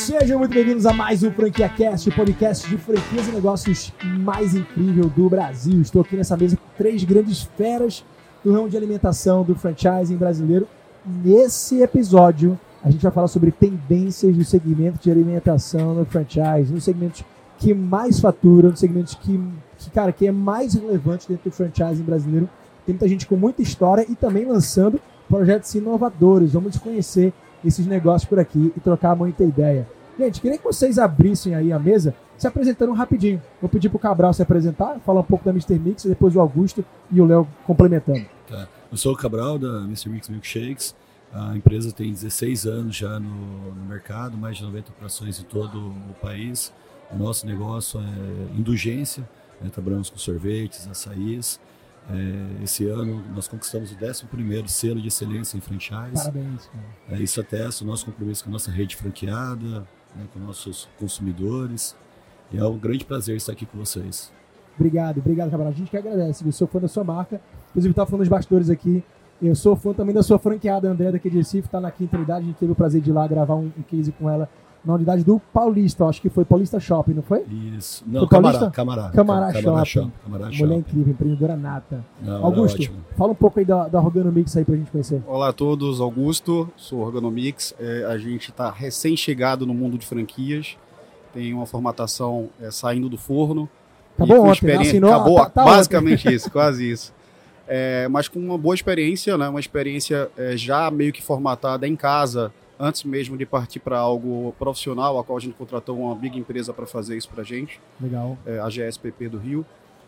Sejam muito bem-vindos a mais um FranquiaCast, podcast de franquias e negócios mais incrível do Brasil. Estou aqui nessa mesa com três grandes feras do ramo de alimentação do franchising brasileiro. Nesse episódio, a gente vai falar sobre tendências do segmento de alimentação no franchise, nos segmentos que mais faturam, nos segmentos que é mais relevante dentro do franchising brasileiro. Tem muita gente com muita história e também lançando projetos inovadores. Vamos conhecer esses negócios por aqui e trocar muita ideia. Gente, queria que vocês abrissem aí a mesa se apresentando rapidinho. Vou pedir para o Cabral se apresentar, falar um pouco da Mr. Mix, depois o Augusto e o Léo complementando. Tá. Eu sou o Cabral da Mr. Mix Milkshakes. A empresa tem 16 anos já no mercado, mais de 90 operações em todo o país. O nosso negócio é indulgência, trabalhamos com sorvetes, açaís. Esse ano nós conquistamos o 11º selo de excelência em franchise. Parabéns, cara. Isso atesta o nosso compromisso com a nossa rede franqueada, com nossos consumidores. E é um grande prazer estar aqui com vocês. Obrigado, Cabral. A gente que agradece. Eu sou fã da sua marca. Inclusive, estava falando dos bastidores aqui. Eu sou fã também da sua franqueada, André, daqui de Recife. Está na quinta unidade. A gente teve o prazer de ir lá gravar um case com ela na unidade do Paulista. Acho que foi Paulista Shopping, não foi? Isso. Não, Camará Shopping. Mulher incrível, empreendedora nata. Não, Augusto, fala um pouco aí da Organomix aí pra gente conhecer. Olá a todos, Augusto, sou Organomix. A gente está recém-chegado no mundo de franquias. Tem uma formatação saindo do forno. Acabou ontem, assinou, acabou tá basicamente ontem. Isso, quase isso. Mas com uma boa experiência, né? Uma experiência já meio que formatada em casa, antes mesmo de partir para algo profissional, a qual a gente contratou uma big empresa para fazer isso para a gente. Legal. A GSPP do Rio.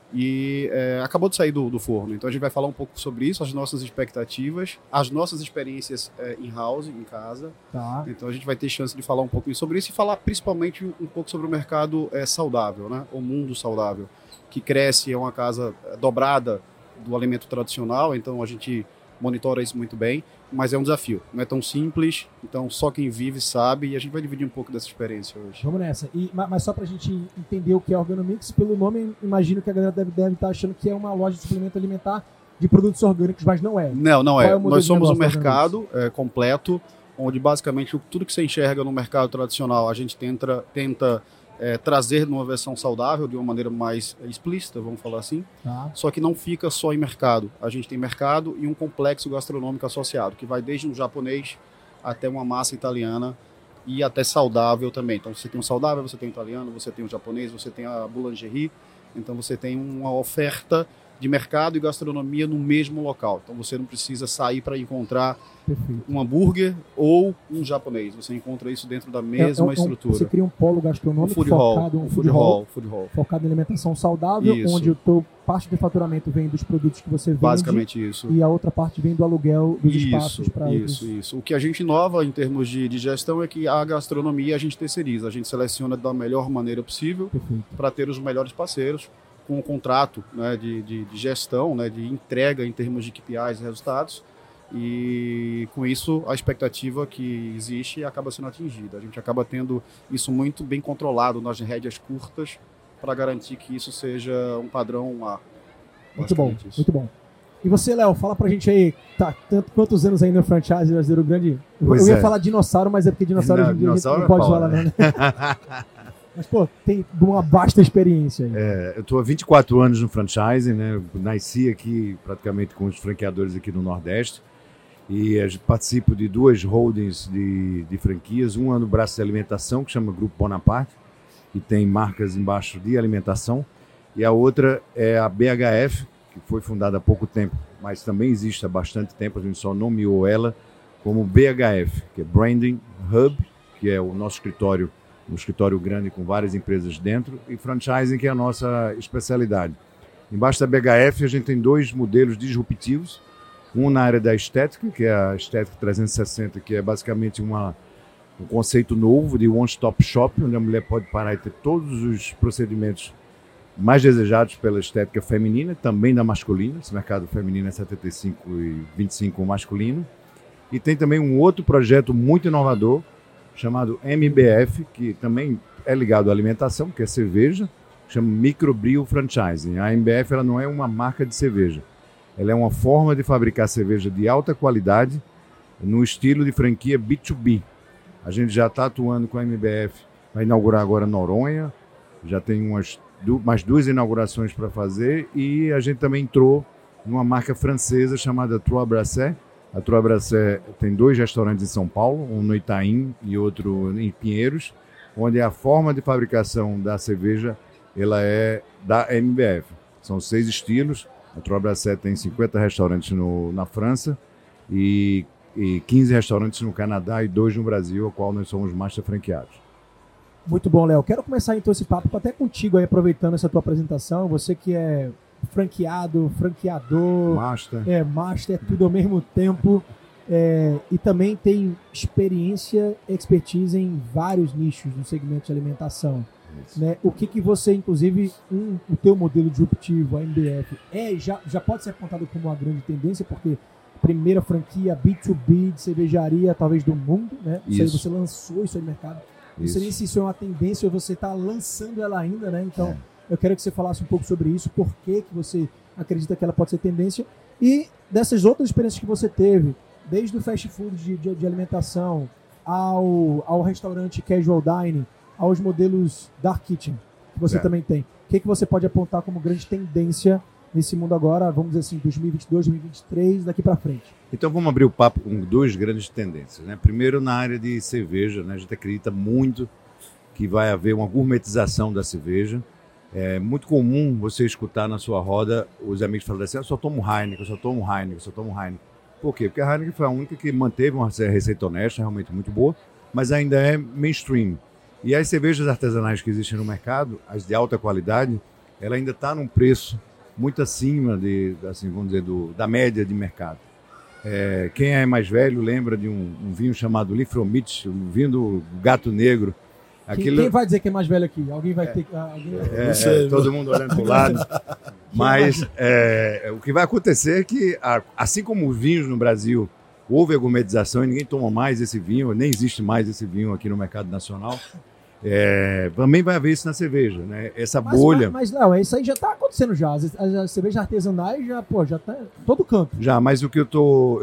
E acabou de sair do forno. Então a gente vai falar um pouco sobre isso, as nossas expectativas, as nossas experiências in-house, em casa. Tá. Então a gente vai ter chance de falar um pouquinho sobre isso e falar principalmente um pouco sobre o mercado saudável, né? O mundo saudável, que cresce, é uma casa dobrada do alimento tradicional, então a gente monitora isso muito bem, mas é um desafio, não é tão simples, então só quem vive sabe, e a gente vai dividir um pouco dessa experiência hoje. Vamos nessa. Mas só pra gente entender o que é Organomix, pelo nome, imagino que a galera deve estar achando que é uma loja de suplemento alimentar de produtos orgânicos, mas não é. Não é. Nós somos um mercado completo, onde basicamente tudo que você enxerga no mercado tradicional, a gente tenta trazer numa versão saudável, de uma maneira mais explícita, vamos falar assim. Tá. Só que não fica só em mercado. A gente tem mercado e um complexo gastronômico associado, que vai desde um japonês até uma massa italiana e até saudável também. Então você tem um saudável, você tem um italiano, você tem um japonês, você tem a boulangerie. Então você tem uma oferta de mercado e gastronomia no mesmo local. Então você não precisa sair para encontrar um hambúrguer ou um japonês. Você encontra isso dentro da mesma estrutura. Você cria um polo gastronômico um food hall focado em alimentação saudável, isso. Onde parte do faturamento vem dos produtos que você vende. Basicamente isso. E a outra parte vem do aluguel dos espaços para Isso. O que a gente inova em termos de gestão é que a gastronomia a gente terceiriza. A gente seleciona da melhor maneira possível para ter os melhores parceiros, com um contrato, né, de gestão, né, de entrega em termos de KPIs e resultados, e com isso a expectativa que existe acaba sendo atingida. A gente acaba tendo isso muito bem controlado nas rédeas curtas para garantir que isso seja um padrão A. Muito bom. E você, Léo, fala pra gente aí, quantos anos aí no franchise brasileiro grande? Eu ia falar dinossauro, mas é porque dinossauro hoje em dia a gente não pode falar, né? Mas, tem uma vasta experiência aí. Eu estou há 24 anos no franchising, né? Eu nasci aqui praticamente com os franqueadores aqui no Nordeste e participo de duas holdings de franquias. Uma no braço de alimentação, que chama Grupo Bonaparte, e tem marcas embaixo de alimentação. E a outra é a BHF, que foi fundada há pouco tempo, mas também existe há bastante tempo. A gente só nomeou ela como BHF, que é Branding Hub, que é o nosso escritório, um escritório grande com várias empresas dentro, e franchising, que é a nossa especialidade. Embaixo da BHF a gente tem dois modelos disruptivos, um na área da estética, que é a Estética 360, que é basicamente um conceito novo de one-stop shop, onde a mulher pode parar e ter todos os procedimentos mais desejados pela estética feminina, também da masculina. Esse mercado feminino é 75 e 25 masculino. E tem também um outro projeto muito inovador, chamado MBF, que também é ligado à alimentação, que é cerveja, chama Microbrew Franchising. A MBF ela não é uma marca de cerveja, ela é uma forma de fabricar cerveja de alta qualidade no estilo de franquia B2B. A gente já está atuando com a MBF, vai inaugurar agora Noronha, já tem mais 2 inaugurações para fazer, e a gente também entrou numa marca francesa chamada Trois Brasseurs. A Trois Brasseurs tem 2 restaurantes em São Paulo, um no Itaim e outro em Pinheiros, onde a forma de fabricação da cerveja ela é da MBF. São 6 estilos. A Trois Brasseurs tem 50 restaurantes na França e 15 restaurantes no Canadá e 2 no Brasil, ao qual nós somos master franqueados. Muito bom, Léo. Quero começar então esse papo até contigo aí, aproveitando essa tua apresentação. Você que é franqueado, franqueador, master, é tudo ao mesmo tempo. E também tem experiência, expertise em vários nichos no segmento de alimentação. Né? O que você, inclusive, o teu modelo disruptivo, a MBF, já pode ser apontado como uma grande tendência, porque primeira franquia B2B de cervejaria, talvez do mundo, né? Isso. Você lançou isso aí no mercado. Não sei nem se isso é uma tendência ou você está lançando ela ainda, né? Então, eu quero que você falasse um pouco sobre isso, por que você acredita que ela pode ser tendência e dessas outras experiências que você teve, desde o fast food de alimentação ao restaurante casual dining, aos modelos dark kitchen, que você também tem. O que você pode apontar como grande tendência nesse mundo agora, vamos dizer assim, 2022, 2023, daqui para frente? Então vamos abrir o papo com 2 grandes tendências, né? Primeiro, na área de cerveja, né? A gente acredita muito que vai haver uma gourmetização da cerveja. É muito comum você escutar na sua roda os amigos falando assim: eu só tomo Heineken, eu só tomo Heineken, eu só tomo Heineken. Por quê? Porque a Heineken foi a única que manteve uma receita honesta, realmente muito boa, mas ainda é mainstream. E as cervejas artesanais que existem no mercado, as de alta qualidade, ela ainda está num preço muito acima assim, vamos dizer, da média de mercado. Quem é mais velho lembra de um vinho chamado Lifromit, um vinho do Gato Negro. Quem vai dizer que é mais velho aqui? Alguém vai ter que... todo mundo olhando para o lado. Mas o que vai acontecer é que, assim como os vinhos no Brasil, houve a gourmetização e ninguém toma mais esse vinho, nem existe mais esse vinho aqui no mercado nacional, também vai haver isso na cerveja, né? Essa bolha... Mas Léo, isso aí já está acontecendo já. As cervejas artesanais já está em todo canto. Já, mas o que eu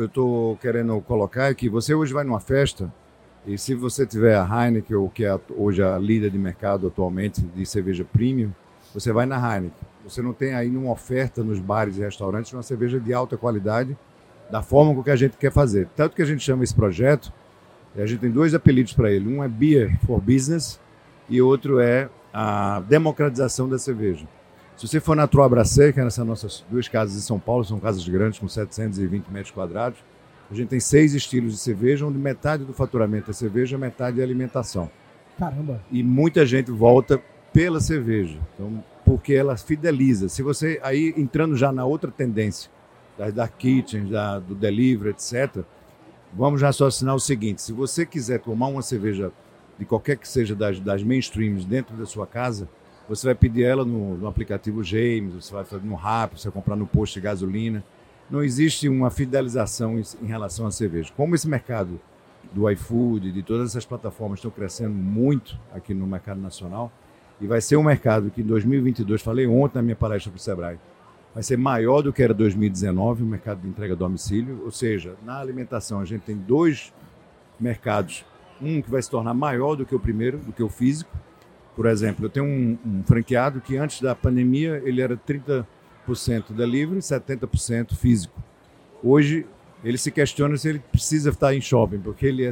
tô querendo colocar é que você hoje vai numa festa e se você tiver a Heineken, ou que é hoje a líder de mercado atualmente de cerveja premium, você vai na Heineken. Você não tem aí uma oferta nos bares e restaurantes uma cerveja de alta qualidade da forma com que a gente quer fazer. Tanto que a gente chama esse projeto, a gente tem 2 apelidos para ele. Um é Beer for Business e outro é a democratização da cerveja. Se você for na Trois Brasseurs, que é nessas nossas 2 casas em São Paulo, são casas grandes com 720 metros quadrados, a gente tem 6 estilos de cerveja, onde metade do faturamento é cerveja, metade é alimentação. Caramba! E muita gente volta pela cerveja, então, porque ela fideliza. Se você, aí entrando já na outra tendência, das dark kitchens, do delivery, etc., vamos já raciocinar o seguinte: se você quiser tomar uma cerveja de qualquer que seja das mainstreams dentro da sua casa, você vai pedir ela no aplicativo James, você vai fazer no Rappi, você vai comprar no posto de gasolina. Não existe uma fidelização em relação à cerveja. Como esse mercado do iFood, de todas essas plataformas estão crescendo muito aqui no mercado nacional, e vai ser um mercado que em 2022, falei ontem na minha palestra para o Sebrae, vai ser maior do que era 2019, o mercado de entrega a domicílio. Ou seja, na alimentação a gente tem 2 mercados, um que vai se tornar maior do que o primeiro, do que o físico. Por exemplo, eu tenho um franqueado que antes da pandemia ele era 30% delivery, 70% físico. Hoje ele se questiona se ele precisa estar em shopping, porque ele é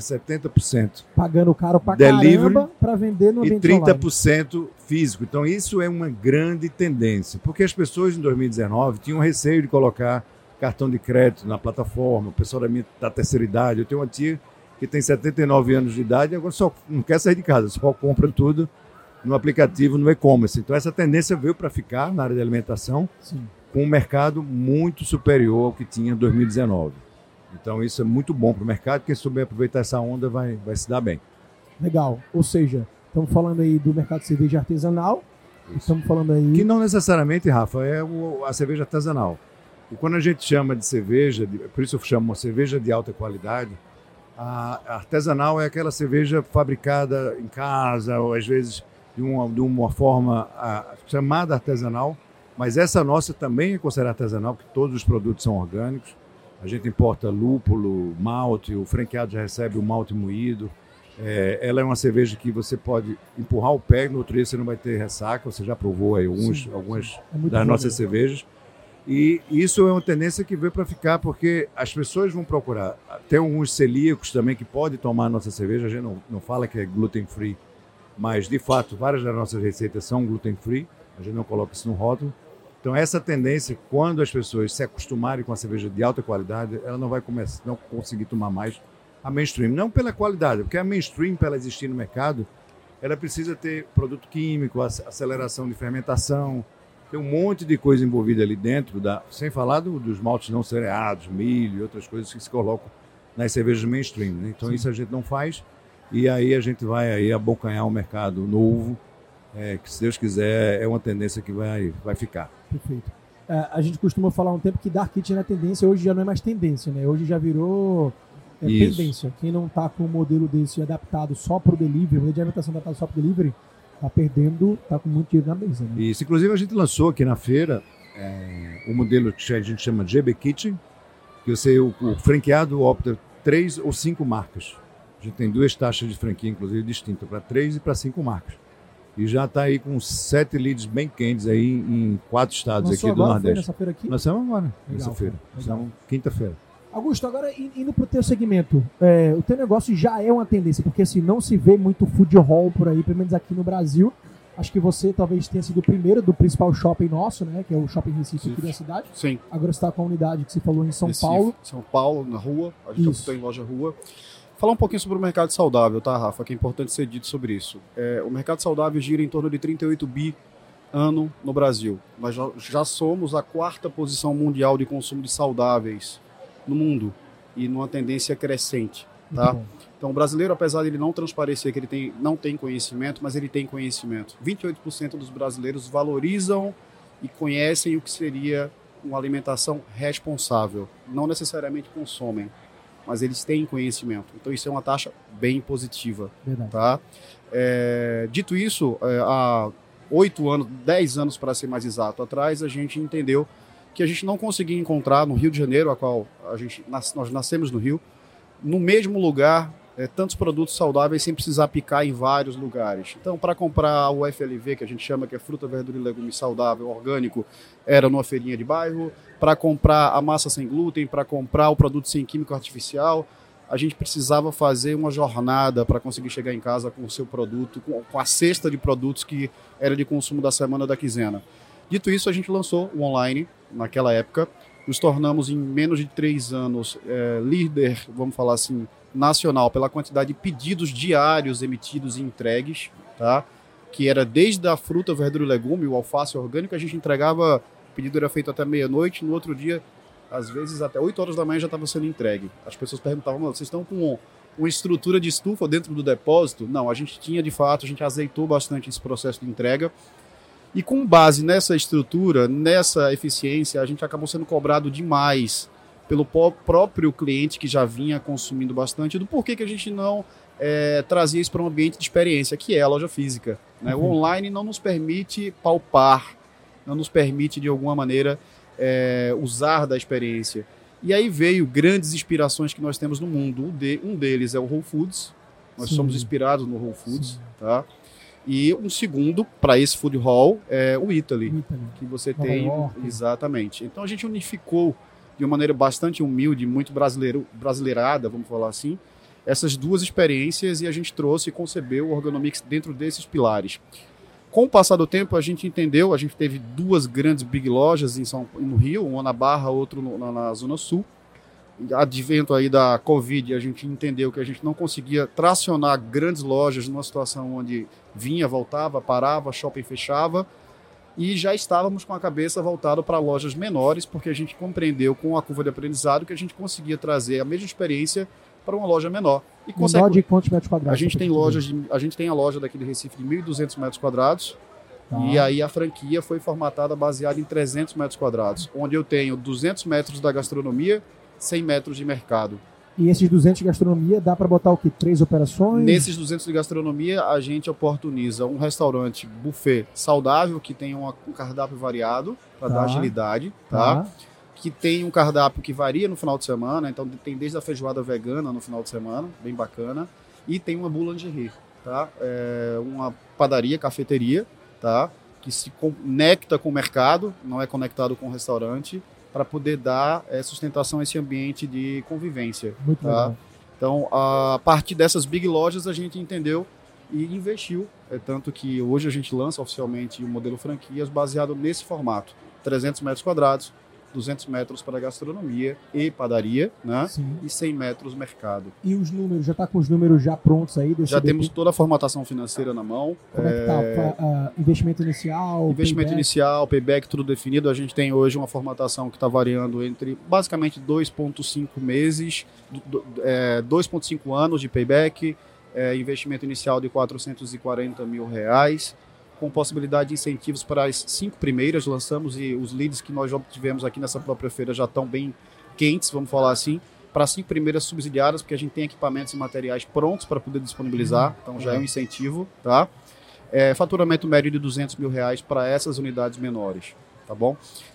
70% pagando caro pra delivery caramba para vender no ambiente e 30% online. Físico. Então isso é uma grande tendência, porque as pessoas em 2019 tinham receio de colocar cartão de crédito na plataforma. O pessoal da terceira idade, eu tenho uma tia que tem 79 anos de idade e agora só não quer sair de casa, só compra tudo no aplicativo, no e-commerce. Então essa tendência veio para ficar na área de alimentação. Sim. Com um mercado muito superior ao que tinha em 2019. Então isso é muito bom para o mercado, quem souber aproveitar essa onda vai se dar bem. Legal, ou seja, estamos falando aí do mercado de cerveja artesanal, estamos falando aí... Que não necessariamente, Rafa, é a cerveja artesanal. E quando a gente chama de cerveja, por isso eu chamo uma cerveja de alta qualidade, a artesanal é aquela cerveja fabricada em casa, ou às vezes de uma forma chamada artesanal, mas essa nossa também é considerada artesanal, porque todos os produtos são orgânicos. A gente importa lúpulo, malte, o franqueado já recebe o malte moído. Ela é uma cerveja que você pode empurrar o pé, no outro dia você não vai ter ressaca. Você já provou aí algumas das nossas cervejas. E isso é uma tendência que veio para ficar, porque as pessoas vão procurar. Tem alguns celíacos também que podem tomar a nossa cerveja. A gente não fala que é gluten free, mas de fato várias das nossas receitas são gluten free. A gente não coloca isso no rótulo. Então essa tendência, quando as pessoas se acostumarem com a cerveja de alta qualidade, ela não vai não conseguir tomar mais a mainstream. Não pela qualidade, porque a mainstream, para ela existir no mercado, ela precisa ter produto químico, aceleração de fermentação. Tem um monte de coisa envolvida ali dentro, sem falar dos maltes não cereados, milho e outras coisas que se colocam nas cervejas mainstream. Né? Então isso a gente não faz, e aí a gente vai aí abocanhar um mercado novo, que se Deus quiser é uma tendência que vai ficar. Perfeito. A gente costuma falar um tempo que Dark Kitchen era tendência, hoje já não é mais tendência, né? Hoje já virou tendência. Quem não está com um modelo desse adaptado só para o delivery, modelo de alimentação adaptado só para o delivery, está perdendo, está com muito dinheiro na mesa. Né? Isso, inclusive a gente lançou aqui na feira o modelo que a gente chama de GB Kitchen, que o franqueado opta 3 ou 5 marcas. A gente tem 2 taxas de franquia, inclusive, distintas, para 3 e para 5 marcas. E já está aí com 7 leads bem quentes aí em 4 estados aqui do Nordeste. Nessa feira aqui? Nós estamos agora, nessa feira. Estamos quinta-feira. Augusto, agora indo para o teu segmento, o teu negócio já é uma tendência, porque assim, não se vê muito food hall por aí, pelo menos aqui no Brasil. Acho que você talvez tenha sido o primeiro do principal shopping nosso, né? Que é o Shopping Recife aqui da cidade. Sim. Agora você está com a unidade que você falou em São Recife, Paulo. São Paulo, na rua. A gente está em loja rua. Falar um pouquinho sobre o mercado saudável, tá, Rafa? Que é importante ser dito sobre isso. O mercado saudável gira em torno de 38 bi ano no Brasil. Nós já somos a 4ª posição mundial de consumo de saudáveis no mundo e numa tendência crescente, tá? Então o brasileiro, apesar de ele não transparecer que ele não tem conhecimento, mas ele tem conhecimento. 28% dos brasileiros valorizam e conhecem o que seria uma alimentação responsável. Não necessariamente consomem, mas eles têm conhecimento. Então isso é uma taxa bem positiva. Verdade. Tá? Dito isso, há 8 anos, 10 anos para ser mais exato atrás, a gente entendeu que a gente não conseguia encontrar no Rio de Janeiro, nós nascemos no Rio, no mesmo lugar, tantos produtos saudáveis sem precisar picar em vários lugares. Então, para comprar o FLV, que a gente chama que é fruta, verdura e legume saudável, orgânico, era numa feirinha de bairro. Para comprar a massa sem glúten, para comprar o produto sem químico artificial, a gente precisava fazer uma jornada para conseguir chegar em casa com o seu produto, com a cesta de produtos que era de consumo da semana da quinzena. Dito isso, a gente lançou o online naquela época, nos tornamos em menos de 3 anos líder, vamos falar assim, nacional pela quantidade de pedidos diários emitidos e entregues, tá? Que era desde a fruta, verdura e legume, o alface orgânico, a gente entregava, o pedido era feito até meia-noite, no outro dia, às vezes até 8 horas da manhã já estava sendo entregue. As pessoas perguntavam, vocês estão com uma estrutura de estufa dentro do depósito? Não, a gente tinha de fato, a gente azeitou bastante esse processo de entrega. E com base nessa estrutura, nessa eficiência, a gente acabou sendo cobrado demais pelo próprio cliente que já vinha consumindo bastante, do porquê que a gente não trazia isso para um ambiente de experiência, que é a loja física. Né? O online não nos permite palpar, não nos permite, de alguma maneira, usar da experiência. E aí veio grandes inspirações que nós temos no mundo. Um deles é o Whole Foods. Nós somos inspirados no Whole Foods. Tá? E um segundo, para esse food hall, é o Italy. Que você tem... Exatamente. Então a gente unificou de uma maneira bastante humilde, muito brasileirada, vamos falar assim, essas duas experiências, e a gente trouxe e concebeu o Organomics dentro desses pilares. Com o passar do tempo, a gente entendeu, a gente teve 2 grandes big lojas no Rio, uma na Barra, outra na Zona Sul. Advento aí da Covid, a gente entendeu que a gente não conseguia tracionar grandes lojas numa situação onde vinha, voltava, parava, shopping fechava, e já estávamos com a cabeça voltada para lojas menores, porque a gente compreendeu com a curva de aprendizado que a gente conseguia trazer a mesma experiência para uma loja menor. E menor de quantos metros quadrados? A gente tem a loja daqui de Recife de 1.200 metros quadrados, e aí a franquia foi formatada baseada em 300 metros quadrados, onde eu tenho 200 metros da gastronomia, 100 metros de mercado. E esses 200 de gastronomia, dá para botar o quê? 3 operações? Nesses 200 de gastronomia, a gente oportuniza um restaurante buffet saudável, que tem um cardápio variado, para dar agilidade, tá? Que tem um cardápio que varia no final de semana, então tem desde a feijoada vegana no final de semana, bem bacana. e tem uma boulangerie, tá? Uma padaria, cafeteria, tá? Que se conecta com o mercado, não é conectado com o restaurante, para poder dar sustentação a esse ambiente de convivência. Muito tá? legal. Então, a partir dessas big lojas, a gente entendeu e investiu. Tanto que hoje a gente lança oficialmente o modelo franquias baseado nesse formato. 300 metros quadrados, 200 metros para gastronomia e padaria, né? Sim. E 100 metros mercado. E os números, já está com os números já prontos aí? Já temos toda a formatação financeira na mão. Como é que está? Investimento inicial? Investimento payback? inicial, payback, tudo definido. A gente tem hoje uma formatação que está variando entre basicamente 2,5 meses, 2,5 anos de payback, investimento inicial de R$440 mil, com possibilidade de incentivos para as 5 primeiras. Lançamos e os leads que nós já tivemos aqui nessa própria feira já estão bem quentes, vamos falar assim, para as 5 primeiras subsidiadas, porque a gente tem equipamentos e materiais prontos para poder disponibilizar, então já é um incentivo, tá? Faturamento médio de R$200 mil para essas unidades menores, tá bom?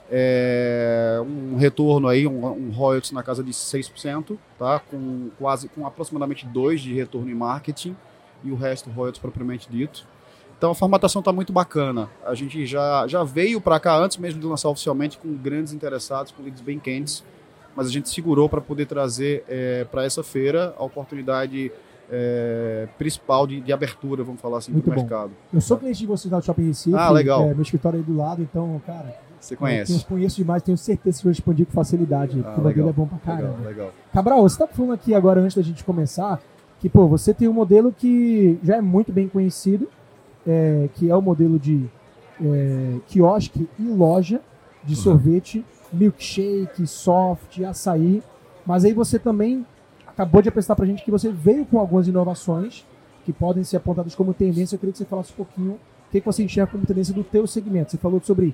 Um retorno aí, um royalties na casa de 6%, tá? Com aproximadamente 2% de retorno em marketing e o resto royalties propriamente dito. Então a formatação está muito bacana. A gente já veio para cá antes mesmo de lançar oficialmente com grandes interessados, com leads bem quentes, mas a gente segurou para poder trazer para essa feira a oportunidade principal de abertura, vamos falar assim, para o mercado. Eu sou cliente de vocês lá do Shopping Recife. Legal. Meu escritório aí do lado, então, cara... Você conhece? Eu conheço demais, tenho certeza que você vai expandir com facilidade. O modelo é bom pra caramba. Legal. Cabral, você tá falando aqui agora, antes da gente começar, que você tem um modelo que já é muito bem conhecido, que é o modelo de quiosque e loja de sorvete, milkshake, soft, açaí. Mas aí você também acabou de apresentar pra gente que você veio com algumas inovações que podem ser apontadas como tendência. Eu queria que você falasse um pouquinho o que você enxerga como tendência do teu segmento. Você falou sobre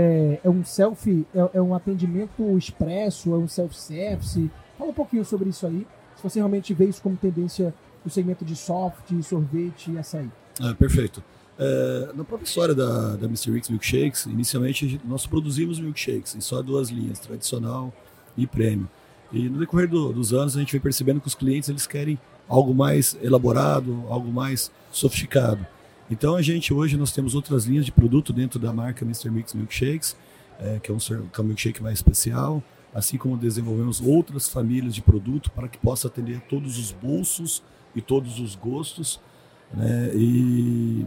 um atendimento expresso, é um self-service. Fala um pouquinho sobre isso aí, se você realmente vê isso como tendência do segmento de soft, sorvete e açaí. Perfeito. Na própria história da Mr. Rick's Milkshakes, inicialmente nós produzimos milkshakes em só 2 linhas, tradicional e premium. E no decorrer dos anos a gente vem percebendo que os clientes eles querem algo mais elaborado, algo mais sofisticado. Então hoje nós temos outras linhas de produto dentro da marca Mr. Rick's Milkshakes, que é um milkshake mais especial, assim como desenvolvemos outras famílias de produto para que possa atender todos os bolsos e todos os gostos, né? E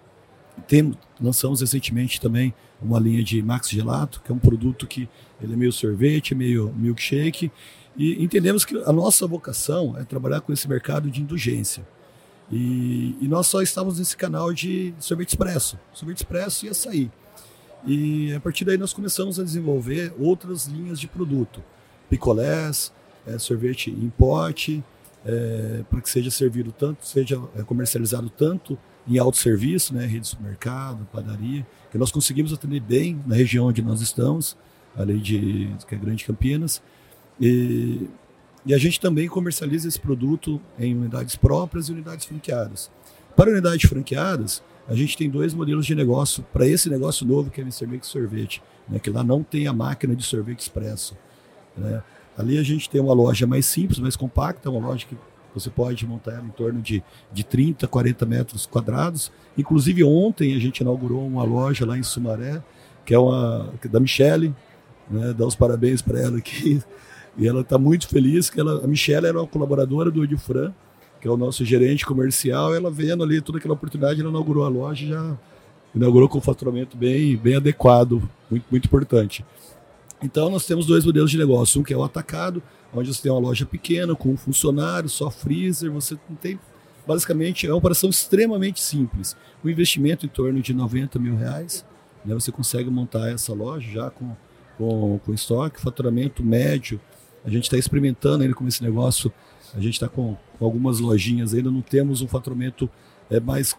lançamos recentemente também uma linha de Max Gelato, que é um produto que ele é meio sorvete, meio milkshake, e entendemos que a nossa vocação é trabalhar com esse mercado de indulgência. E nós só estávamos nesse canal de sorvete expresso e açaí. E a partir daí nós começamos a desenvolver outras linhas de produto, picolés, sorvete em pote, para que seja servido seja comercializado tanto em autosserviço, né, rede de supermercado, padaria, que nós conseguimos atender bem na região onde nós estamos, ali que é Grande Campinas, e a gente também comercializa esse produto em unidades próprias e unidades franqueadas. Para unidades franqueadas, a gente tem 2 modelos de negócio para esse negócio novo que é Mr. Rick's Sorvete, né, que lá não tem a máquina de sorvete expresso, né. Ali a gente tem uma loja mais simples, mais compacta, uma loja que você pode montar ela em torno de 30, 40 metros quadrados. Inclusive ontem a gente inaugurou uma loja lá em Sumaré, que é da Michele, né, dá os parabéns para ela aqui. E ela está muito feliz, que a Michele era uma colaboradora do Edilfran, que é o nosso gerente comercial. Ela vendo ali toda aquela oportunidade, ela inaugurou a loja, já inaugurou com um faturamento bem adequado, muito, muito importante. Então nós temos 2 modelos de negócio, um que é o atacado, onde você tem uma loja pequena, com um funcionário, só freezer, você não tem... Basicamente é uma operação extremamente simples. Um investimento em torno de R$90 mil, né, você consegue montar essa loja já com estoque, faturamento médio. A gente está experimentando ainda com esse negócio, a gente está com algumas lojinhas, ainda não temos um faturamento mais...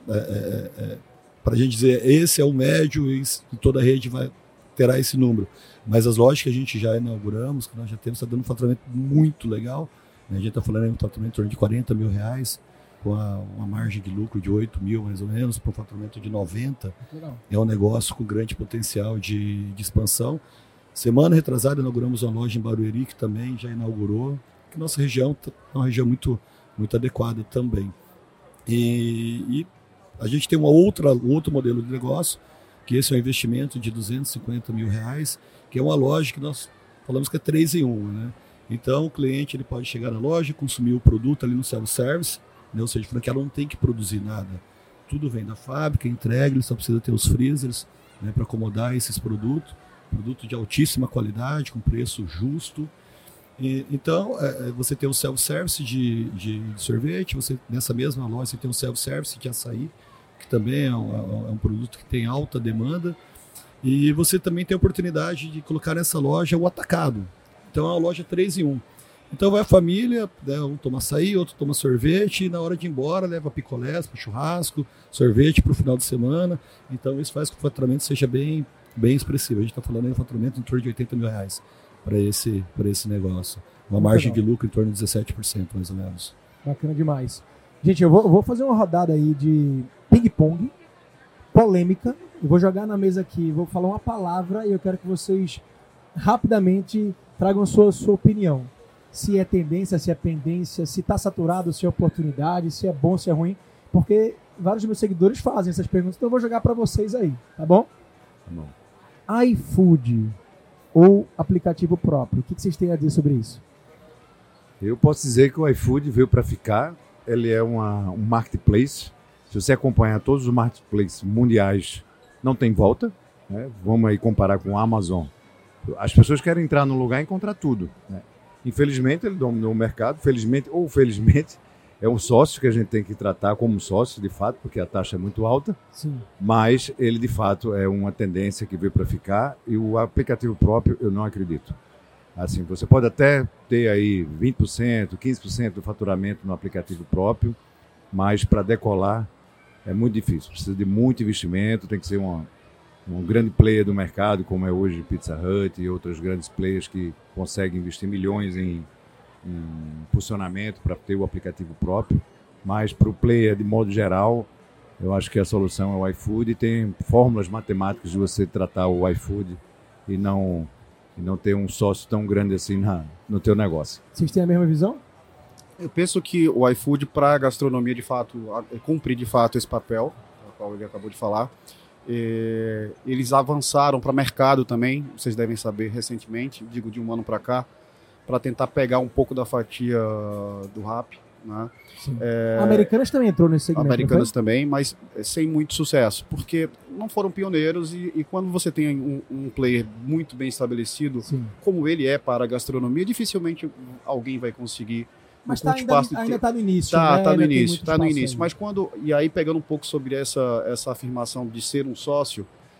para a gente dizer, esse é o médio e toda a rede terá esse número. Mas as lojas que a gente já inauguramos, que nós já temos, está dando um faturamento muito legal, né? A gente está falando em um faturamento em torno de R$40 mil, com uma margem de lucro de 8 mil, mais ou menos, para um faturamento de 90. Legal. É um negócio com grande potencial de expansão. Semana retrasada inauguramos uma loja em Barueri, que também já inaugurou, que nossa região é uma região muito, muito adequada também. E a gente tem um outro modelo de negócio, que esse é um investimento de R$250 mil, que é uma loja que nós falamos que é 3 em 1, né? Então o cliente ele pode chegar na loja, consumir o produto ali no self-service, né? Ou seja, o franqueado não tem que produzir nada. Tudo vem da fábrica, entrega, ele só precisa ter os freezers, né, para acomodar esses produtos, produto de altíssima qualidade, com preço justo. Então, você tem um self-service de sorvete, nessa mesma loja você tem um self-service de açaí, que também é um produto que tem alta demanda, e você também tem a oportunidade de colocar nessa loja o atacado. Então é uma loja 3 em 1. Então vai a família, né, um toma açaí, outro toma sorvete, e na hora de ir embora leva picolés para churrasco, sorvete para o final de semana. Então isso faz com que o faturamento seja bem expressivo. A gente está falando de um faturamento em torno de R$80 mil para esse negócio. Uma margem de lucro em torno de 17%, mais ou menos. Bacana demais. Gente, eu vou fazer uma rodada aí de ping-pong, polêmica. Eu vou jogar na mesa aqui, vou falar uma palavra e eu quero que vocês rapidamente tragam a sua opinião. Se é tendência, se é pendência, se está saturado, se é oportunidade, se é bom, se é ruim. Porque vários dos meus seguidores fazem essas perguntas, então eu vou jogar para vocês aí, tá bom? Tá bom. iFood ou aplicativo próprio? O que vocês têm a dizer sobre isso? Eu posso dizer que o iFood veio para ficar. Ele é um marketplace. Se você acompanhar todos os marketplaces mundiais, não tem volta, né? Vamos aí comparar com o Amazon. As pessoas querem entrar num lugar e encontrar tudo, né? Infelizmente, ele dominou o mercado. Felizmente ou felizmente, é um sócio que a gente tem que tratar como sócio, de fato, porque a taxa é muito alta. Sim. Mas ele, de fato, é uma tendência que veio para ficar. E o aplicativo próprio, eu não acredito. Assim, você pode até ter aí 20%, 15% do faturamento no aplicativo próprio, mas para decolar é muito difícil. Precisa de muito investimento, tem que ser um grande player do mercado, como é hoje Pizza Hut e outros grandes players que conseguem investir milhões em funcionamento para ter o aplicativo próprio. Mas para o player, de modo geral, eu acho que a solução é o iFood, e tem fórmulas matemáticas de você tratar o iFood e não ter um sócio tão grande assim no teu negócio. Vocês têm a mesma visão? Eu penso que o iFood, para a gastronomia, de fato, cumprir de fato esse papel, o qual ele acabou de falar. Eles avançaram para mercado também, vocês devem saber, recentemente, digo de um ano para cá, para tentar pegar um pouco da fatia do Rappi, né? Americanas também entrou nesse segmento. Americanas também, mas sem muito sucesso, porque não foram pioneiros, e quando você tem um player muito bem estabelecido, sim, como ele é para a gastronomia, dificilmente alguém vai conseguir. Mas ainda está no início. Está no início. Mas e aí pegando um pouco sobre essa afirmação de ser um sócio,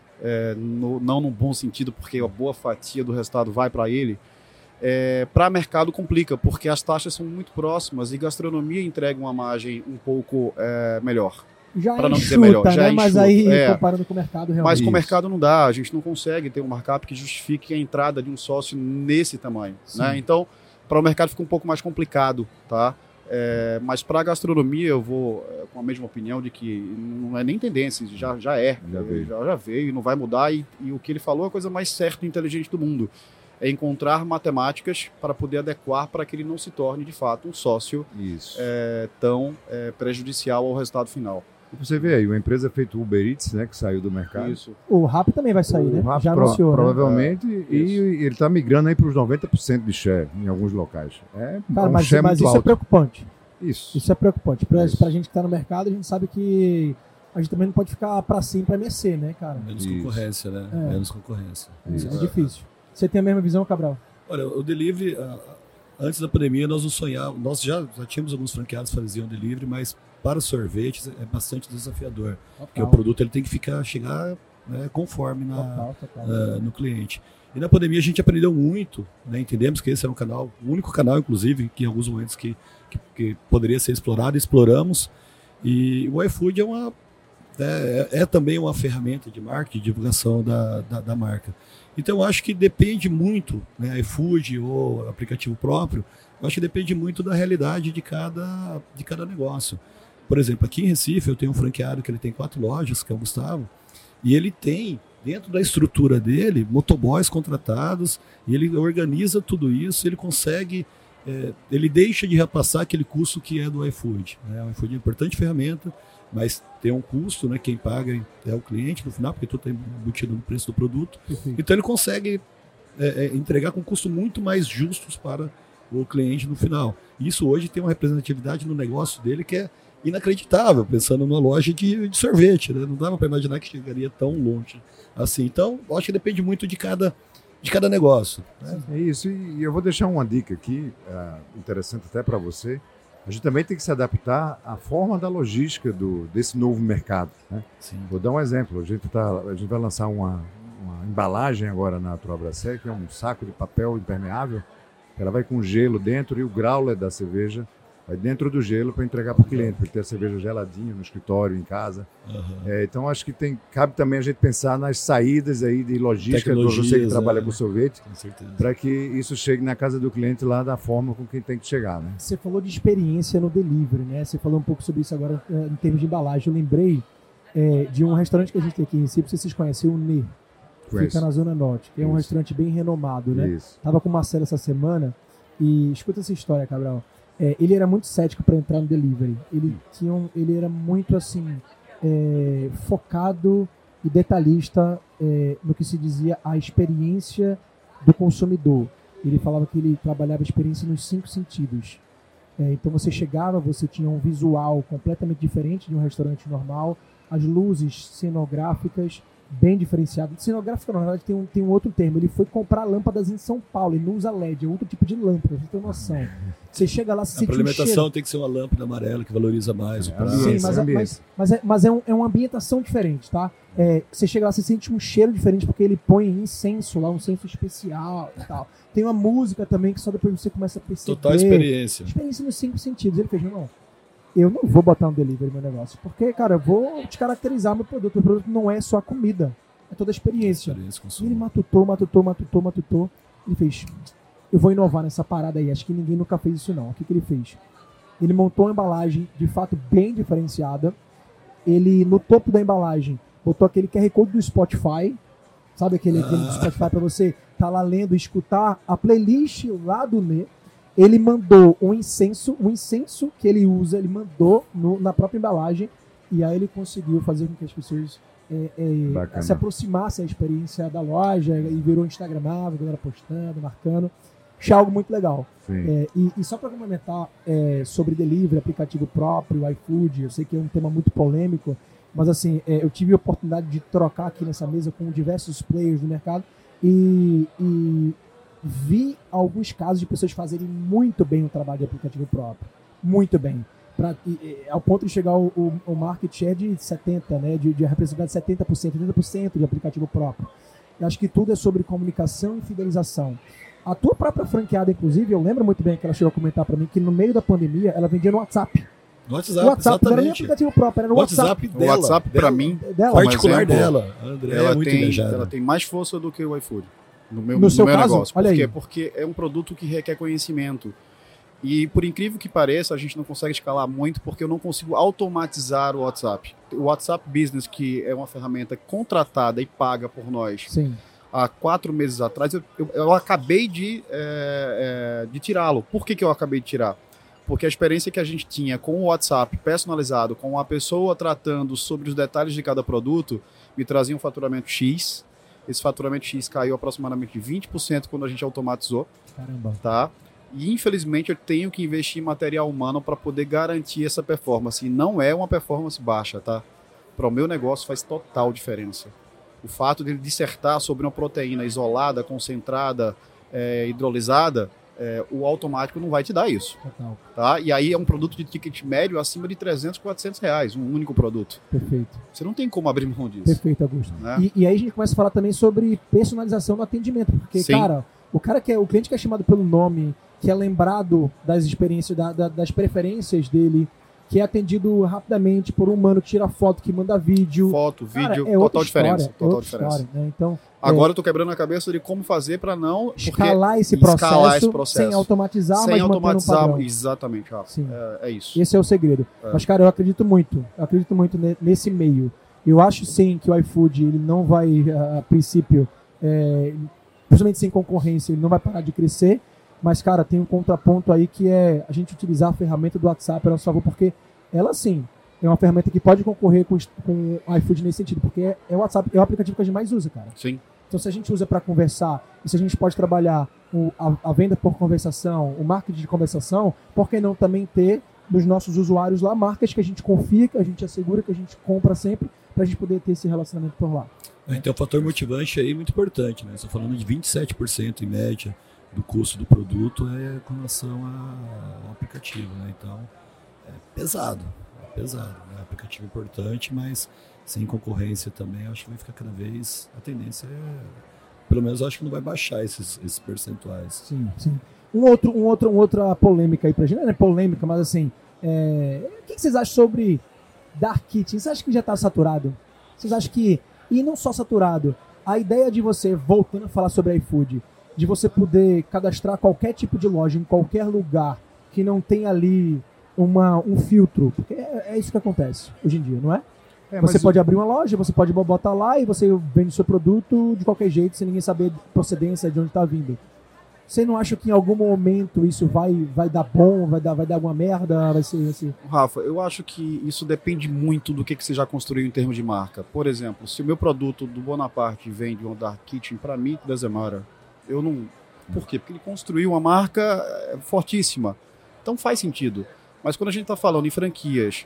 não no bom sentido, porque a boa fatia do resultado vai para ele, para mercado complica, porque as taxas são muito próximas e gastronomia entrega uma margem um pouco melhor. Para não dizer melhor, já né? Mas aí, comparando com o mercado, realmente. Mas com o mercado não dá, a gente não consegue ter um markup que justifique a entrada de um sócio nesse tamanho, né? Então, para o mercado fica um pouco mais complicado, tá? Mas para a gastronomia eu vou com a mesma opinião de que não é nem tendência, já veio, não vai mudar, e o que ele falou é a coisa mais certa e inteligente do mundo. É encontrar matemáticas para poder adequar para que ele não se torne, de fato, um sócio tão prejudicial ao resultado final. E você vê aí, uma empresa feita Uber Eats, né, que saiu do mercado. Isso. O Rappi também vai sair, né? Já anunciou, provavelmente, né? E ele está migrando aí para os 90% de share em alguns locais. Cara, mas isso alto. É preocupante. Isso é preocupante. Para a gente que está no mercado, a gente sabe que a gente também não pode ficar para cima para mercê, né, cara? Menos concorrência, né? Menos concorrência. Isso é difícil. Você tem a mesma visão, Cabral? Olha, o delivery, antes da pandemia, nós não sonhávamos. Nós já tínhamos alguns franqueados que faziam delivery, mas para sorvetes é bastante desafiador. Porque o produto ele tem que chegar, né, conforme no cliente. E na pandemia a gente aprendeu muito, né, entendemos que esse era o único canal, inclusive, que em alguns momentos que poderia ser explorado, exploramos. E o iFood é também uma ferramenta de marketing, de divulgação da marca. Então eu acho que depende muito, né, iFood ou aplicativo próprio, eu acho que depende muito da realidade de cada negócio. Por exemplo, aqui em Recife eu tenho um franqueado que ele tem 4 lojas, que é o Gustavo, e ele tem, dentro da estrutura dele, motoboys contratados, e ele organiza tudo isso, ele consegue ele deixa de repassar aquele custo que é do iFood, né? O iFood é uma importante ferramenta, mas tem um custo, né? Quem paga é o cliente no final, porque tudo está embutido no preço do produto. Então ele consegue entregar com custos muito mais justos para o cliente no final. Isso hoje tem uma representatividade no negócio dele que é inacreditável, pensando numa loja de sorvete, né? Não dava para imaginar que chegaria tão longe assim. Então, acho que depende muito de cada negócio, né? É isso, e eu vou deixar uma dica aqui, interessante até para você. A gente também tem que se adaptar à forma da logística desse novo mercado, né? Sim. Vou dar um exemplo. A gente vai lançar uma embalagem agora na Abraçé, que é um saco de papel impermeável. Ela vai com gelo dentro e o growler da cerveja vai dentro do gelo para entregar para o cliente, para ter a cerveja geladinha no escritório, em casa. Então acho que cabe também a gente pensar nas saídas aí de logística, você que trabalha com sorvete, para que isso chegue na casa do cliente lá da forma com que tem que chegar, né? Você falou de experiência no delivery, né? Você falou um pouco sobre isso agora em termos de embalagem. Eu lembrei de um restaurante que a gente tem aqui em Recife, vocês conhecem, o Nê. Fica na Zona Norte, que é um restaurante bem renomado, né? Isso. Tava com o Marcelo essa semana e escuta essa história, Cabral. Ele era muito cético para entrar no delivery. Ele era muito assim focado e detalhista no que se dizia a experiência do consumidor. Ele falava que ele trabalhava a experiência nos 5 sentidos. Então você chegava, você tinha um visual completamente diferente de um restaurante normal, as luzes cenográficas bem diferenciado. Cenográfica, na verdade, tem um outro termo. Ele foi comprar lâmpadas em São Paulo. Ele não usa LED, é outro tipo de lâmpada, você tem noção. Você chega lá, se sente a alimentação tem que ser uma lâmpada amarela que valoriza mais o prato. Sim, mas é uma ambientação diferente, tá? Você chega lá, você sente um cheiro diferente porque ele põe incenso lá, um incenso especial e tal. Tem uma música também que só depois você começa a perceber. Total experiência. Experiência nos 5 sentidos. Ele fez, não, eu não vou botar um delivery no meu negócio, porque, cara, eu vou descaracterizar meu produto. Meu produto não é só a comida, é toda a experiência. E ele matutou. Ele fez, eu vou inovar nessa parada aí, acho que ninguém nunca fez isso não. O que ele fez? Ele montou uma embalagem, de fato, bem diferenciada. Ele, no topo da embalagem, botou aquele QR Code do Spotify, sabe aquele do Spotify para você tá lá lendo e escutar a playlist lá do Nê. Ele mandou um incenso que ele usa, ele mandou na própria embalagem, e aí ele conseguiu fazer com que as pessoas se aproximassem da experiência da loja, e virou instagramável, a galera postando, marcando. Achei algo muito legal. E só para complementar sobre delivery, aplicativo próprio, iFood, eu sei que é um tema muito polêmico, mas assim, eu tive a oportunidade de trocar aqui nessa mesa com diversos players do mercado e vi alguns casos de pessoas fazerem muito bem o trabalho de aplicativo próprio. Muito bem. Ao ponto de chegar o market share de 70%, né? De representar 70%, 80% de aplicativo próprio. Eu acho que tudo é sobre comunicação e fidelização. A tua própria franqueada, inclusive, eu lembro muito bem que ela chegou a comentar para mim que no meio da pandemia ela vendia no WhatsApp. No WhatsApp, não era nem exatamente. aplicativo próprio, era no WhatsApp. Dela, o WhatsApp, para mim, particular exemplo, dela. André é muito engajada. Ela tem mais força do que o iFood. No seu caso, negócio. olha Por quê? aí. Porque é um produto que requer conhecimento. E por incrível que pareça, a gente não consegue escalar muito porque eu não consigo automatizar o WhatsApp. O WhatsApp Business, que é uma ferramenta contratada e paga por nós, Sim. há 4 meses atrás, eu acabei de tirá-lo. Por que eu acabei de tirar? Porque a experiência que a gente tinha com o WhatsApp personalizado, com a pessoa tratando sobre os detalhes de cada produto, me trazia um faturamento X. Esse faturamento X caiu aproximadamente 20% quando a gente automatizou. Caramba. Tá? E infelizmente eu tenho que investir em material humano para poder garantir essa performance. E não é uma performance baixa, tá? Para o meu negócio faz total diferença. O fato de ele dissertar sobre uma proteína isolada, concentrada, hidrolisada, o automático não vai te dar isso. Total. Tá? E aí é um produto de ticket médio acima de 300, 400 reais, um único produto. Perfeito. Você não tem como abrir mão disso. Perfeito, Augusto. Né? E aí a gente começa a falar também sobre personalização no atendimento, porque, Sim. cara, o cliente que é chamado pelo nome, que é lembrado das experiências, das preferências dele, que é atendido rapidamente por um humano que tira foto, que manda vídeo. Foto, Cara, vídeo, é outra total diferença. história, Total outra diferença. história, né? Então, Agora eu tô quebrando a cabeça de como fazer para não escalar esse processo sem automatizar, sem mas automatizar, mantendo um padrão. Exatamente, Sim. É isso. Esse é o segredo. Mas, cara, eu acredito muito nesse meio. Eu acho, sim, que o iFood ele não vai, a princípio, principalmente sem concorrência, ele não vai parar de crescer. Mas, cara, tem um contraponto aí que é a gente utilizar a ferramenta do WhatsApp a nosso favor, porque ela, sim, é uma ferramenta que pode concorrer com o iFood nesse sentido, porque o WhatsApp é o aplicativo que a gente mais usa, cara. Sim. Então, se a gente usa para conversar, e se a gente pode trabalhar a venda por conversação, o marketing de conversação, por que não também ter dos nossos usuários lá marcas que a gente confia, que a gente assegura, que a gente compra sempre, para a gente poder ter esse relacionamento por lá. Então, o fator motivante aí é muito importante, né? Estou falando de 27% em média do custo do produto com relação ao aplicativo, né? Então, é pesado, né? Aplicativo importante, mas sem concorrência também, acho que vai ficar cada vez, a tendência pelo menos eu acho que não vai baixar esses percentuais. Sim, sim. Outra polêmica aí pra gente, não é polêmica, mas assim, o que vocês acham sobre Dark Kitchen? Vocês acham que já tá saturado? Vocês acham que, e não só saturado, a ideia de você, voltando a falar sobre iFood, de você poder cadastrar qualquer tipo de loja em qualquer lugar que não tenha ali um filtro, porque é isso que acontece hoje em dia, não é? Você pode abrir uma loja, você pode botar lá e você vende o seu produto de qualquer jeito, sem ninguém saber a procedência de onde está vindo. Você não acha que em algum momento isso vai dar bom, vai dar alguma merda, vai ser assim? Rafa, eu acho que isso depende muito do que você já construiu em termos de marca. Por exemplo, se o meu produto do Bonaparte vem de um Dark Kitchen, para mim, doesn't matter. Eu não... Por quê? Porque ele construiu uma marca fortíssima. Então faz sentido. Mas quando a gente está falando em franquias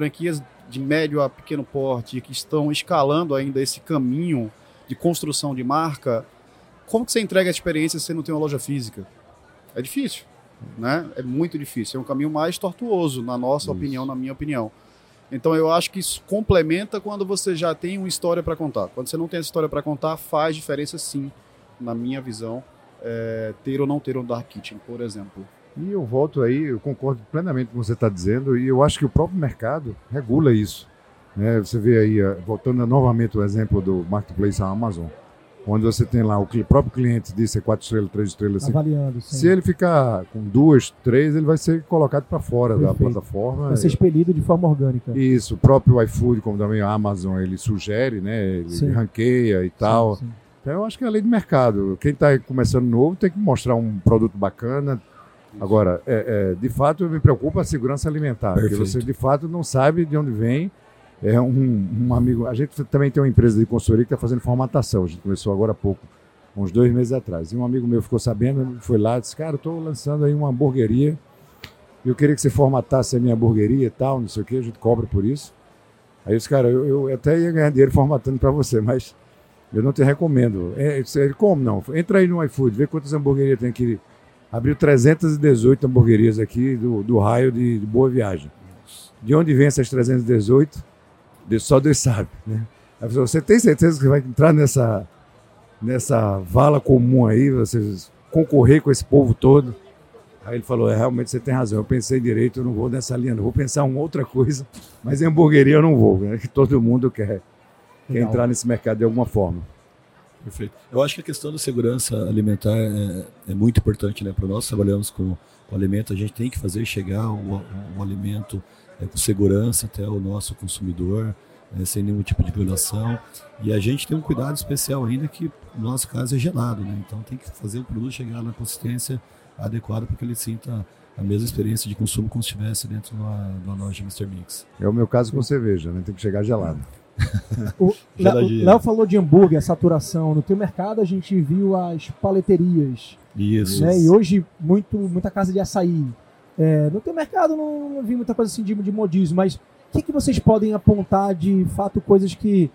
de médio a pequeno porte, que estão escalando ainda esse caminho de construção de marca, como que você entrega a experiência se você não tem uma loja física? É difícil, né? É muito difícil. É um caminho mais tortuoso, na nossa opinião, na minha opinião. Então eu acho que isso complementa quando você já tem uma história para contar. Quando você não tem essa história para contar, faz diferença sim, na minha visão, ter ou não ter um Dark Kitchen, por exemplo. E eu volto aí, eu concordo plenamente com o que você está dizendo, e eu acho que o próprio mercado regula isso. Né? Você vê aí, voltando novamente o exemplo do Marketplace Amazon, onde você tem lá o próprio cliente disse 4 estrelas, 3 estrelas. Assim. Avaliando, sim. Se ele ficar com 2, 3, ele vai ser colocado para fora da plataforma. Vai ser expelido de forma orgânica. Isso, o próprio iFood, como também a Amazon, ele sugere, né? Ele ranqueia e tal. Sim. Então eu acho que é a lei do mercado. Quem está começando novo tem que mostrar um produto bacana. Agora, de fato, me preocupa a segurança alimentar, porque você, de fato, não sabe de onde vem. Um amigo... A gente também tem uma empresa de consultoria que está fazendo formatação. A gente começou agora há pouco, uns 2 meses atrás. E um amigo meu ficou sabendo, foi lá e disse, cara, eu estou lançando aí uma hamburgueria e eu queria que você formatasse a minha hamburgueria e tal, não sei o que, a gente cobra por isso. Aí eu disse, cara, eu até ia ganhar dinheiro formatando para você, mas eu não te recomendo. Ele, como não? Entra aí no iFood, vê quantas hamburguerias tem aqui. Abriu 318 hamburguerias aqui do raio de Boa Viagem. De onde vem essas 318? Só Deus sabe. Né? Aí você tem certeza que vai entrar nessa vala comum aí, você concorrer com esse povo todo? Aí ele falou, realmente você tem razão, eu pensei direito, eu não vou nessa linha, não vou pensar em outra coisa, mas em hamburgueria eu não vou, né? Que todo mundo quer entrar nesse mercado de alguma forma. Perfeito. Eu acho que a questão da segurança alimentar é muito importante, né? Para nós trabalhamos com o alimento, a gente tem que fazer chegar o alimento com segurança até o nosso consumidor, sem nenhum tipo de violação. E a gente tem um cuidado especial ainda que, no nosso caso, é gelado, né? Então tem que fazer o produto chegar na consistência adequada para que ele sinta a mesma experiência de consumo como se estivesse dentro de uma loja Mr. Mix. É o meu caso com cerveja, né? Tem que chegar gelado. O Léo falou de hambúrguer, a saturação. No teu mercado a gente viu as paleterias. Isso. Né? E hoje muita casa de açaí. No teu mercado não vi muita coisa assim de modismo, mas o que vocês podem apontar de fato, coisas que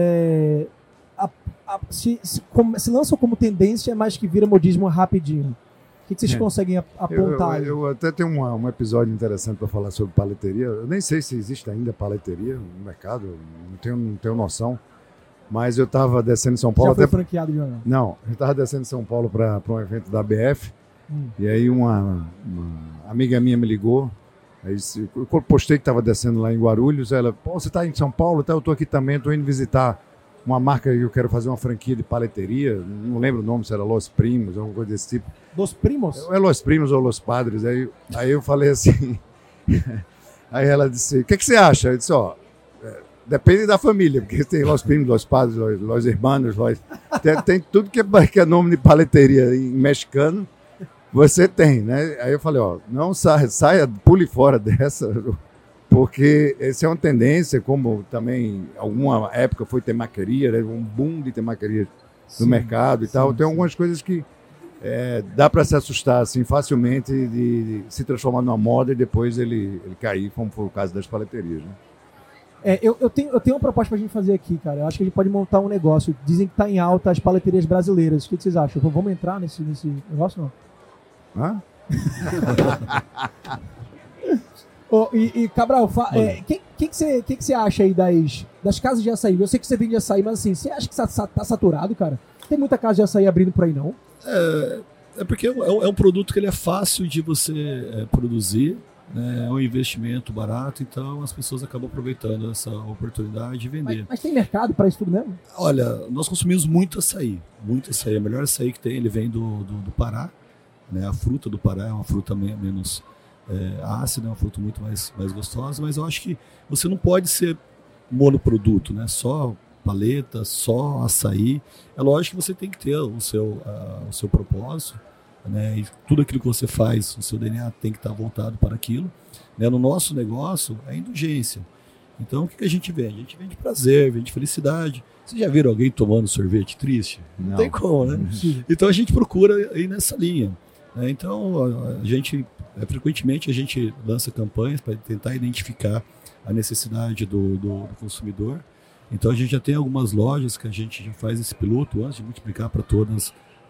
se lançam como tendência, mas que vira modismo rapidinho? O que vocês conseguem apontar? Eu até tenho um episódio interessante para falar sobre paleteria. Eu nem sei se existe ainda paleteria no mercado, não tenho noção. Mas eu estava descendo em São Paulo... Já foi franqueado de jornal? Não, eu estava descendo em São Paulo para um evento da BF. E aí uma amiga minha me ligou. Aí eu postei que estava descendo lá em Guarulhos. Ela, você está em São Paulo? Tá, eu estou aqui também, estou indo visitar uma marca que eu quero fazer uma franquia de paleteria. Não lembro o nome, se era Los Primos, alguma coisa desse tipo. Los Primos? É Los Primos ou Los Padres. Aí eu falei assim... Aí ela disse, o que você acha? Eu disse, depende da família, porque tem Los Primos, Los Padres, Los Hermanos, tem tudo que é nome de paleteria em mexicano. você tem, né? Aí eu falei, ó, não saia, pule fora dessa, porque essa é uma tendência, como também alguma época foi temaqueria, né? Um boom de temaqueria no mercado e tal. Tem algumas coisas que dá para se assustar assim, facilmente de se transformar numa moda e depois ele cair, como foi o caso das paleterias, né? Eu tenho uma proposta pra gente fazer aqui, cara. Eu acho que a gente pode montar um negócio. Dizem que tá em alta as paleterias brasileiras. O que vocês acham? Vamos entrar nesse negócio, não? Hã? Cabral, o que você acha aí das casas de açaí? Eu sei que você vende açaí, mas assim, você acha que tá saturado, cara? Tem muita casa de açaí abrindo por aí, não? É porque é um produto que ele é fácil de você produzir, né? É um investimento barato, então as pessoas acabam aproveitando essa oportunidade de vender. Mas tem mercado para isso tudo mesmo? Olha, nós consumimos muito açaí. O melhor açaí que tem, ele vem do Pará, né? A fruta do Pará é uma fruta menos ácida, é uma fruta muito mais gostosa, mas eu acho que você não pode ser monoproduto, né? Só paleta, só açaí. É lógico que você tem que ter o seu propósito, né? E tudo aquilo que você faz, o seu DNA tem que estar voltado para aquilo, né? No nosso negócio, é indulgência. Então, o que a gente vende? A gente vende prazer, vende felicidade. Vocês já viram alguém tomando sorvete triste? Não tem como, né? Então, a gente procura ir nessa linha. Então, frequentemente, a gente lança campanhas para tentar identificar a necessidade do consumidor. Então, a gente já tem algumas lojas que a gente já faz esse piloto antes de multiplicar para todas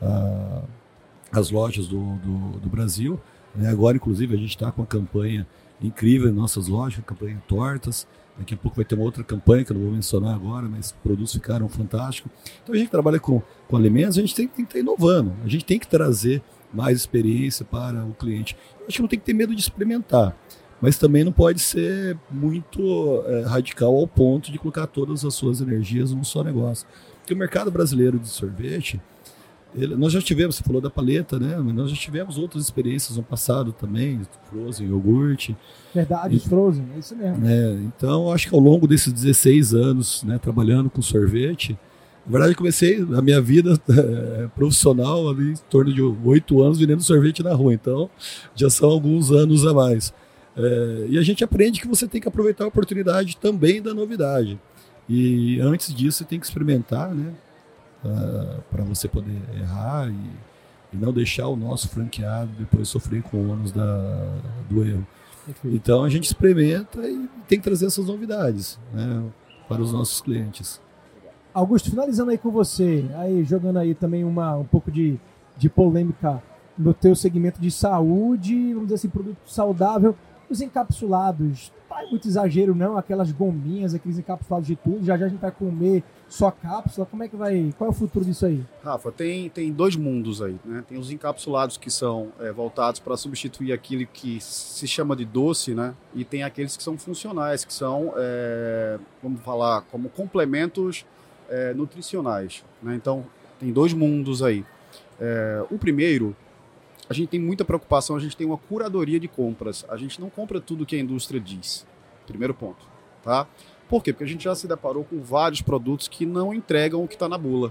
as lojas do Brasil, né? Agora, inclusive, a gente está com uma campanha incrível em nossas lojas, campanha tortas. Daqui a pouco vai ter uma outra campanha que eu não vou mencionar agora, mas os produtos ficaram fantásticos. Então, a gente trabalha com alimentos, a gente tem que estar inovando, a gente tem que trazer mais experiência para o cliente. A gente não tem que ter medo de experimentar, mas também não pode ser muito radical ao ponto de colocar todas as suas energias num só negócio. Porque o mercado brasileiro de sorvete, nós já tivemos, você falou da paleta, né? Mas nós já tivemos outras experiências no passado também, frozen, iogurte. Verdade, frozen, é isso mesmo. Então, acho que ao longo desses 16 anos, né, trabalhando com sorvete, na verdade, eu comecei a minha vida profissional ali, em torno de 8 anos vendendo sorvete na rua. Então, já são alguns anos a mais. E a gente aprende que você tem que aproveitar a oportunidade também da novidade. E antes disso, você tem que experimentar, né? Para você poder errar e não deixar o nosso franqueado depois sofrer com o ônus do erro. Perfeito. Então a gente experimenta e tem que trazer essas novidades, né, para os nossos clientes. Augusto, finalizando aí com você, aí jogando aí também um pouco de polêmica no teu segmento de saúde, vamos dizer assim, produto saudável, os encapsulados, não é muito exagero não, aquelas gominhas, aqueles encapsulados de tudo, já a gente vai comer só cápsula, como é que vai, qual é o futuro disso aí? Rafa, tem dois mundos aí, né? Tem os encapsulados que são voltados para substituir aquilo que se chama de doce, né? E tem aqueles que são funcionais, que são, vamos falar, como complementos nutricionais, né? Então, tem dois mundos aí. O primeiro, a gente tem muita preocupação, a gente tem uma curadoria de compras. A gente não compra tudo que a indústria diz. Primeiro ponto, tá? Por quê? Porque a gente já se deparou com vários produtos que não entregam o que está na bula.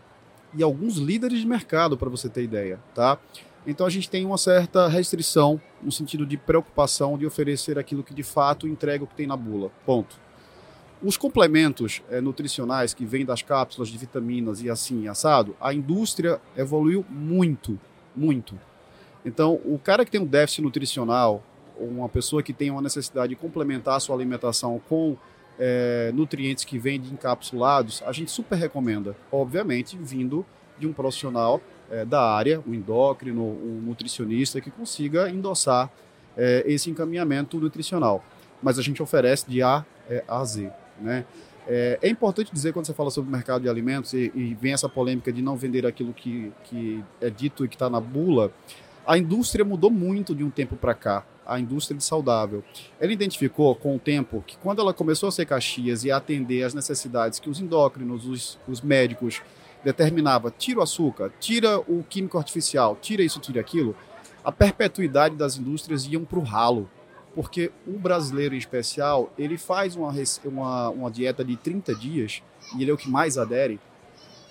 E alguns líderes de mercado, para você ter ideia, tá? Então a gente tem uma certa restrição no sentido de preocupação de oferecer aquilo que de fato entrega o que tem na bula. Ponto. Os complementos nutricionais que vêm das cápsulas de vitaminas e assim assado, a indústria evoluiu muito, muito. Então, o cara que tem um déficit nutricional, ou uma pessoa que tem uma necessidade de complementar a sua alimentação com nutrientes que vêm de encapsulados, a gente super recomenda. Obviamente, vindo de um profissional da área, um endócrino, um nutricionista, que consiga endossar esse encaminhamento nutricional. Mas a gente oferece de A a Z, né? É importante dizer, quando você fala sobre o mercado de alimentos e vem essa polêmica de não vender aquilo que é dito e que está na bula, a indústria mudou muito de um tempo para cá, a indústria de saudável. Ela identificou com o tempo que quando ela começou a ser Caxias e a atender às necessidades que os endócrinos, os médicos determinavam, tira o açúcar, tira o químico artificial, tira isso, tira aquilo, a perpetuidade das indústrias iam para o ralo. Porque o brasileiro em especial, ele faz uma dieta de 30 dias, e ele é o que mais adere,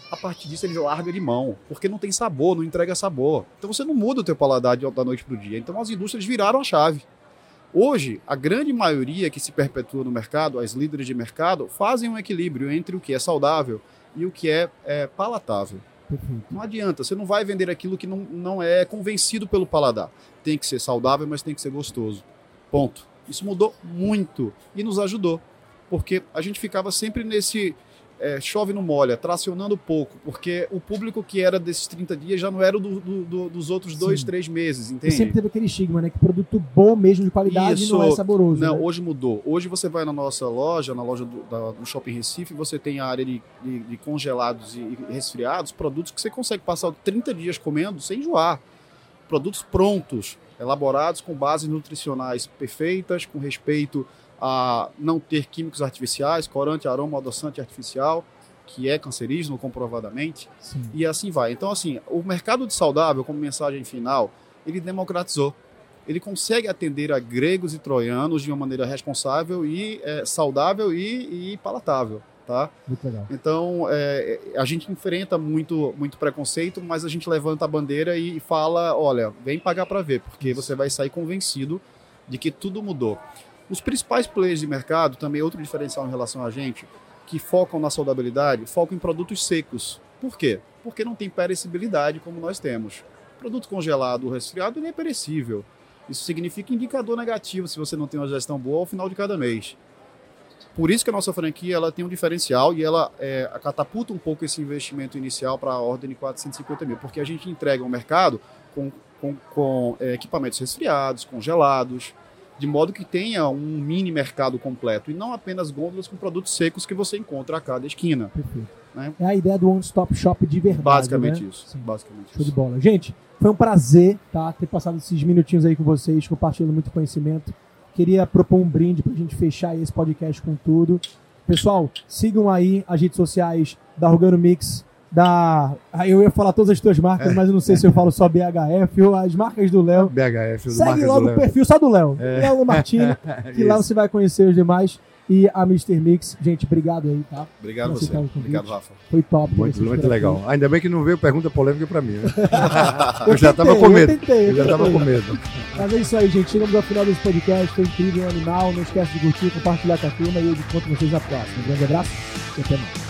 a partir disso ele larga de mão, porque não tem sabor, não entrega sabor. Então você não muda o teu paladar da noite para o dia. Então as indústrias viraram a chave. Hoje, a grande maioria que se perpetua no mercado, as líderes de mercado, fazem um equilíbrio entre o que é saudável e o que é palatável. Não adianta, você não vai vender aquilo que não é convencido pelo paladar. Tem que ser saudável, mas tem que ser gostoso. Ponto. Isso mudou muito e nos ajudou, porque a gente ficava sempre nesse chove no molha, tracionando pouco, porque o público que era desses 30 dias já não era dos outros 2, 3 meses, entende? E sempre teve aquele estigma, né? Que produto bom mesmo, de qualidade, isso, não é saboroso. Não, né? Hoje mudou. Hoje você vai na nossa loja, na loja do Shopping Recife, você tem a área de congelados e resfriados, produtos que você consegue passar 30 dias comendo sem enjoar. Produtos prontos, elaborados com bases nutricionais perfeitas, com respeito a não ter químicos artificiais, corante, aroma, adoçante artificial, que é cancerígeno comprovadamente. Sim. E assim vai. Então, assim, o mercado de saudável, como mensagem final, ele democratizou. Ele consegue atender a gregos e troianos de uma maneira responsável e saudável e palatável. Tá? Muito legal. Então, a gente enfrenta muito preconceito, mas a gente levanta a bandeira e fala, olha, vem pagar para ver, porque você vai sair convencido de que tudo mudou. Os principais players de mercado, também outro diferencial em relação a gente, que focam na saudabilidade, focam em produtos secos. Por quê? Porque não tem perecibilidade como nós temos. Produto congelado ou resfriado, ele é perecível. Isso significa indicador negativo se você não tem uma gestão boa ao final de cada mês. Por isso que a nossa franquia ela tem um diferencial e ela catapulta um pouco esse investimento inicial para a ordem de 450 mil, porque a gente entrega ao mercado com equipamentos resfriados, congelados, de modo que tenha um mini mercado completo e não apenas gôndolas com produtos secos que você encontra a cada esquina. Perfeito. Né? É a ideia do One Stop Shop de verdade. Basicamente né? isso. Basicamente Show de bola. Gente, foi um prazer, tá, ter passado esses minutinhos aí com vocês, compartilhando muito conhecimento. Queria propor um brinde pra gente fechar esse podcast com tudo. Pessoal, sigam aí as redes sociais da Organo Mix, eu ia falar todas as tuas marcas, mas eu não sei se eu falo só BHF ou as marcas do Léo. BHF, segue logo o perfil só do Léo. Léo Martini, que lá você vai conhecer os demais. E a Mr. Mix. Gente, obrigado aí, tá? Obrigado a você. Obrigado, Rafa. Foi top. Muito legal. Ainda bem que não veio pergunta polêmica pra mim, né? Eu já tava com medo. Eu já tava com medo. Mas é isso aí, gente. Chegamos ao final desse podcast. Foi incrível, animal. Não esquece de curtir, compartilhar com a turma e eu conto com vocês na próxima. Um grande abraço e até mais.